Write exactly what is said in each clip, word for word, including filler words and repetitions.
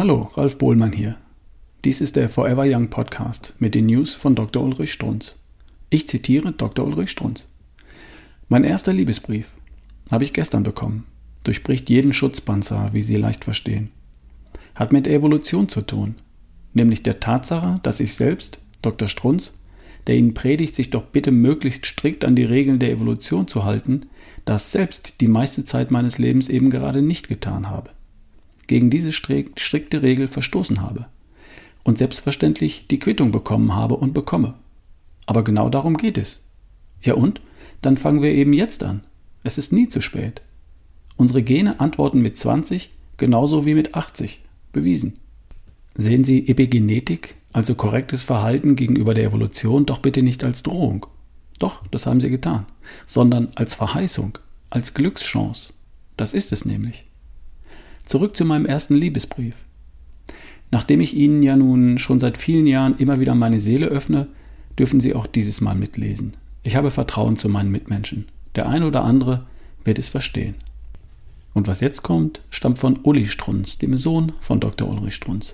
Hallo, Ralf Bohlmann hier. Dies ist der Forever Young Podcast mit den News von Doktor Ulrich Strunz. Ich zitiere Doktor Ulrich Strunz. Mein erster Liebesbrief habe ich gestern bekommen. Durchbricht jeden Schutzpanzer, wie Sie leicht verstehen. Hat mit Evolution zu tun, nämlich der Tatsache, dass ich selbst, Doktor Strunz, der Ihnen predigt, sich doch bitte möglichst strikt an die Regeln der Evolution zu halten, das selbst die meiste Zeit meines Lebens eben gerade nicht getan habe. Gegen diese strikte Regel verstoßen habe und selbstverständlich die Quittung bekommen habe und bekomme. Aber genau darum geht es. Ja und? Dann fangen wir eben jetzt an. Es ist nie zu spät. Unsere Gene antworten mit zwanzig genauso wie mit achtzig. Bewiesen. Sehen Sie Epigenetik, also korrektes Verhalten gegenüber der Evolution, doch bitte nicht als Drohung. Doch, das haben Sie getan. Sondern als Verheißung, als Glückschance. Das ist es nämlich. Zurück zu meinem ersten Liebesbrief. Nachdem ich Ihnen ja nun schon seit vielen Jahren immer wieder meine Seele öffne, dürfen Sie auch dieses Mal mitlesen. Ich habe Vertrauen zu meinen Mitmenschen. Der eine oder andere wird es verstehen. Und was jetzt kommt, stammt von Uli Strunz, dem Sohn von Doktor Ulrich Strunz.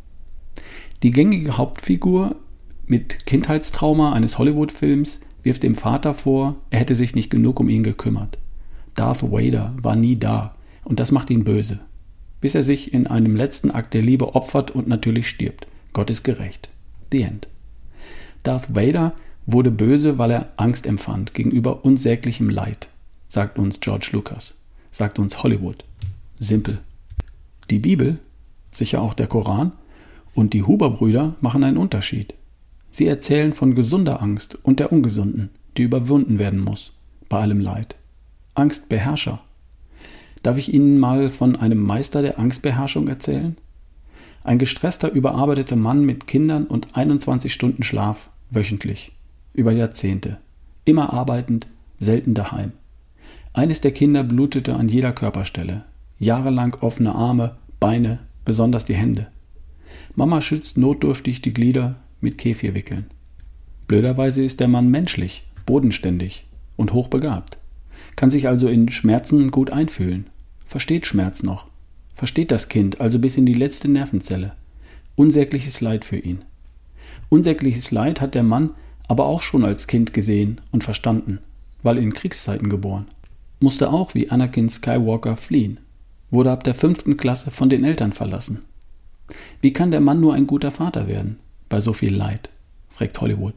Die gängige Hauptfigur mit Kindheitstrauma eines Hollywood-Films wirft dem Vater vor, er hätte sich nicht genug um ihn gekümmert. Darth Vader war nie da und das macht ihn böse. Bis er sich in einem letzten Akt der Liebe opfert und natürlich stirbt. Gott ist gerecht. The End. Darth Vader wurde böse, weil er Angst empfand gegenüber unsäglichem Leid, sagt uns George Lucas, sagt uns Hollywood. Simpel. Die Bibel, sicher auch der Koran, und die Huber-Brüder machen einen Unterschied. Sie erzählen von gesunder Angst und der ungesunden, die überwunden werden muss, bei allem Leid. Angstbeherrscher. Darf ich Ihnen mal von einem Meister der Angstbeherrschung erzählen? Ein gestresster, überarbeiteter Mann mit Kindern und einundzwanzig Stunden Schlaf wöchentlich, über Jahrzehnte, immer arbeitend, selten daheim. Eines der Kinder blutete an jeder Körperstelle, jahrelang offene Arme, Beine, besonders die Hände. Mama schützt notdürftig die Glieder mit Kefirwickeln. Blöderweise ist der Mann menschlich, bodenständig und hochbegabt, kann sich also in Schmerzen gut einfühlen. Versteht Schmerz noch, versteht das Kind also bis in die letzte Nervenzelle. Unsägliches Leid für ihn. Unsägliches Leid hat der Mann aber auch schon als Kind gesehen und verstanden, weil in Kriegszeiten geboren. Musste auch wie Anakin Skywalker fliehen, wurde ab der fünften Klasse von den Eltern verlassen. Wie kann der Mann nur ein guter Vater werden, bei so viel Leid, fragt Hollywood.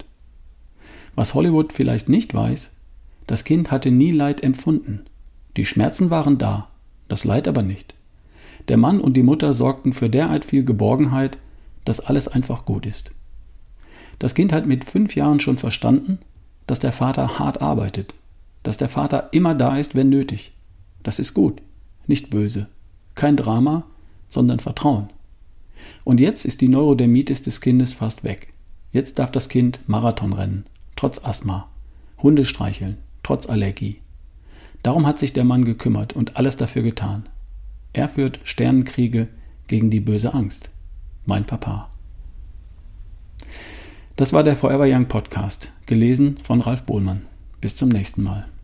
Was Hollywood vielleicht nicht weiß, das Kind hatte nie Leid empfunden. Die Schmerzen waren da, das Leid aber nicht. Der Mann und die Mutter sorgten für derart viel Geborgenheit, dass alles einfach gut ist. Das Kind hat mit fünf Jahren schon verstanden, dass der Vater hart arbeitet, dass der Vater immer da ist, wenn nötig. Das ist gut, nicht böse. Kein Drama, sondern Vertrauen. Und jetzt ist die Neurodermitis des Kindes fast weg. Jetzt darf das Kind Marathon rennen, trotz Asthma, Hunde streicheln, trotz Allergie. Darum hat sich der Mann gekümmert und alles dafür getan. Er führt Sternenkriege gegen die böse Angst. Mein Papa. Das war der Forever Young Podcast, gelesen von Ralf Bohlmann. Bis zum nächsten Mal.